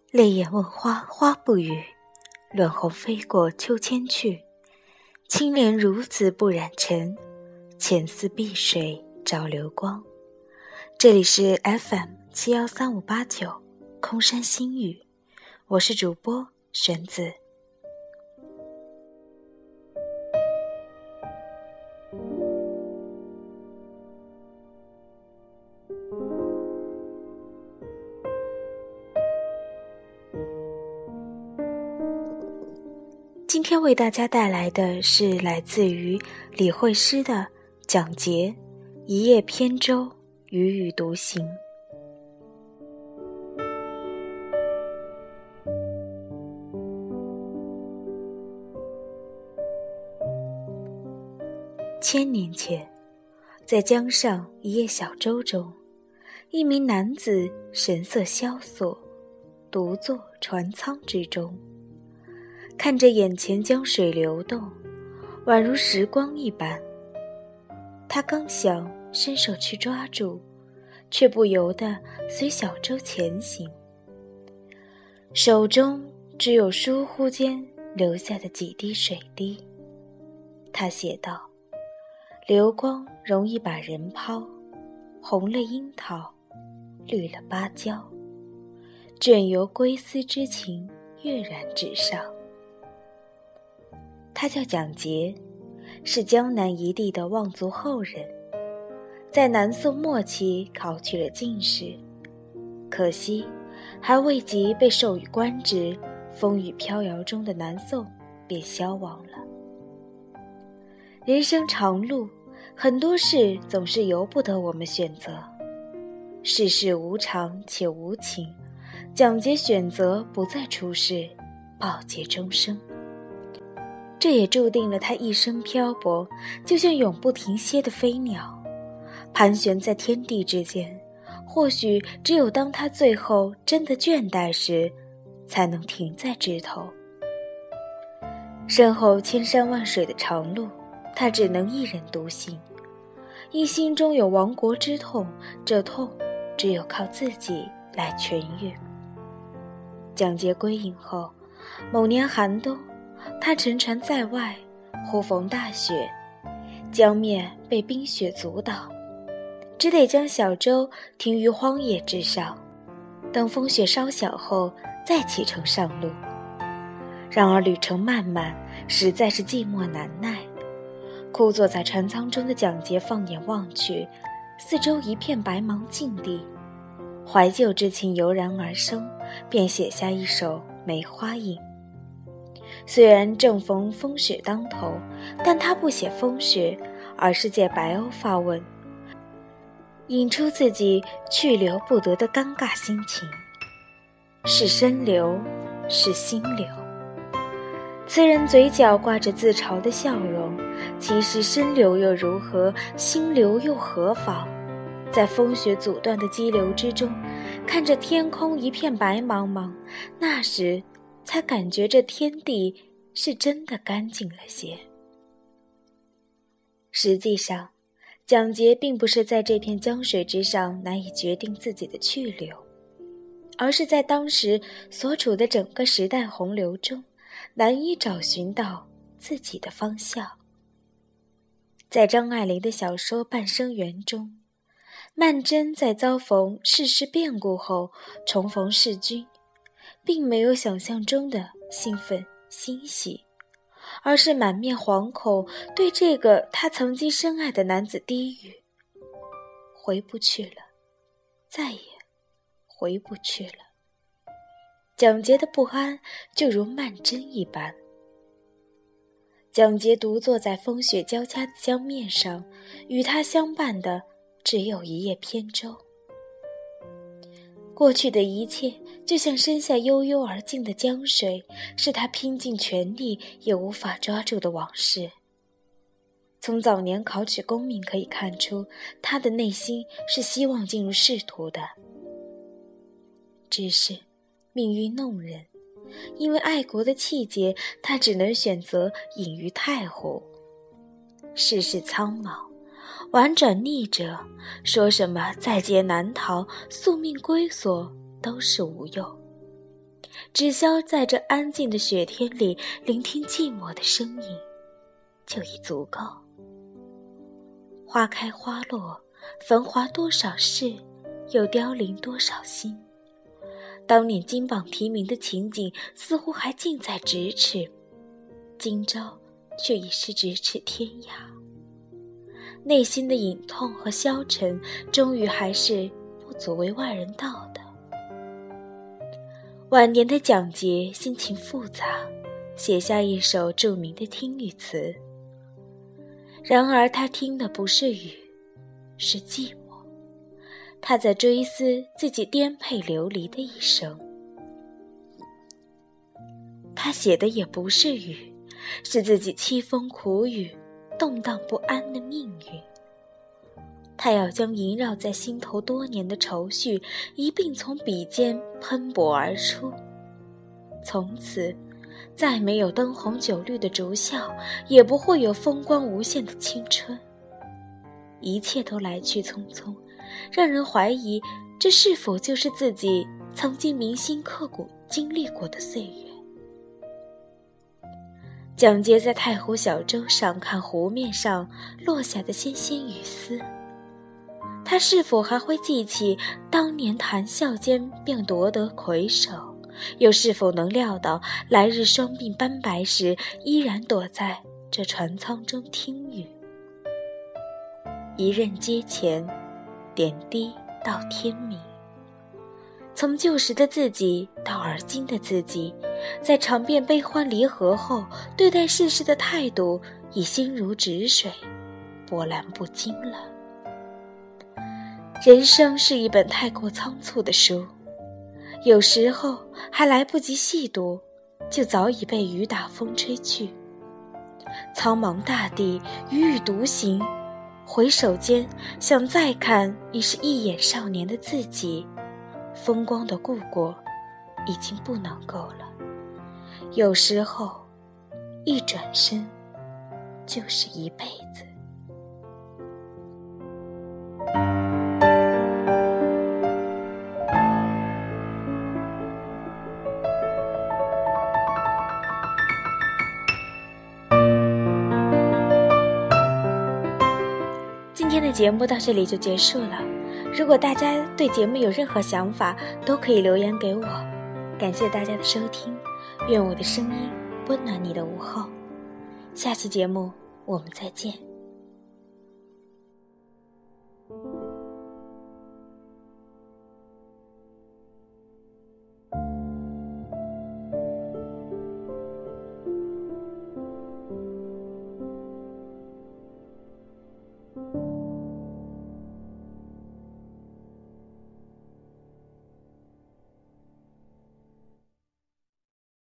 泪眼问花，花不语；乱红飞过秋千去。青莲如此不染尘，浅似碧水照流光。这里是 FM713589空山新语，我是主播玄子。今天为大家带来的是来自于李惠诗的蒋捷一叶扁舟，踽踽独行。千年前，在江上一叶小舟中，一名男子神色萧索，独坐船舱之中，看着眼前江水流动，宛如时光一般。他刚想伸手去抓住，却不由得随小舟前行，手中只有疏忽间留下的几滴水滴。他写道：流光容易把人抛，红了樱桃，绿了芭蕉，卷由归思之情跃然纸上。他叫蒋捷，是江南一地的望族后人，在南宋末期考取了进士，可惜还未及被授予官职，风雨飘摇中的南宋便消亡了。人生长路，很多事总是由不得我们选择，世事无常且无情，蒋捷选择不再出世，报捷终生。这也注定了他一生漂泊，就像永不停歇的飞鸟，盘旋在天地之间。或许只有当他最后真的倦怠时，才能停在枝头。身后千山万水的长路，他只能一人独行，因心中有亡国之痛，这痛只有靠自己来痊愈。蒋捷归隐后，某年寒冬，他乘船在外，忽逢大雪，江面被冰雪阻挡，只得将小舟停于荒野之上，等风雪稍小后再启程上路。然而旅程漫漫，实在是寂寞难耐。枯坐在船舱中的蒋捷放眼望去，四周一片白茫境地，怀旧之情油然而生，便写下一首《梅花引》。虽然正逢风雪当头，但他不写风雪，而是借白鸥发问，引出自己去留不得的尴尬心情。是身流，是心流。词人嘴角挂着自嘲的笑容，其实身流又如何，心流又何妨？在风雪阻断的激流之中，看着天空一片白茫茫，那时才感觉这天地是真的干净了些。实际上，蒋捷并不是在这片江水之上难以决定自己的去留，而是在当时所处的整个时代洪流中，难以找寻到自己的方向。在张爱玲的小说《半生缘》中，曼桢在遭逢世事变故后重逢世君，并没有想象中的兴奋欣喜，而是满面惶恐，对这个他曾经深爱的男子低语：回不去了，再也回不去了。蒋捷的不安就如曼桢一般。蒋捷独坐在风雪交加的江面上，与他相伴的只有一叶扁舟。过去的一切就像身下悠悠而静的江水，是他拼尽全力也无法抓住的往事。从早年考取功名可以看出，他的内心是希望进入仕途的。只是命运弄人，因为爱国的气节，他只能选择隐于太湖。世事苍茫，婉转逆者，说什么在劫难逃，宿命归索都是无用。 只消在这安静的雪天里聆听寂寞的声音，就已足够。花开花落，繁华多少事，又凋零多少心。当年金榜题名的情景似乎还近在咫尺，今朝却已是咫尺天涯。内心的隐痛和消沉，终于还是不足为外人道的。晚年的蒋捷心情复杂，写下一首著名的听雨词。然而他听的不是雨，是寂寞。他在追思自己颠沛流离的一生。他写的也不是雨，是自己凄风苦雨、动荡不安的命运。他要将萦绕在心头多年的愁绪一并从笔尖喷薄而出。从此再没有灯红酒绿的竹笑，也不会有风光无限的青春。一切都来去匆匆，让人怀疑这是否就是自己曾经铭心刻骨经历过的岁月。蒋捷在太湖小舟上看湖面上落下的纤纤雨丝，他是否还会记起当年谈笑间便夺得魁首，又是否能料到来日双鬓斑白时依然躲在这船舱中听雨。一任阶前，点滴到天明。从旧时的自己到而今的自己，在尝遍悲欢离合后，对待世事的态度已心如止水，波澜不惊了。人生是一本太过仓促的书，有时候还来不及细读，就早已被雨打风吹去。苍茫大地，踽踽独行，回首间想再看，已是一眼少年的自己，风光的故国已经不能够了。有时候一转身就是一辈子。今天的节目到这里就结束了。如果大家对节目有任何想法，都可以留言给我。感谢大家的收听，愿我的声音温暖你的午后。下期节目我们再见。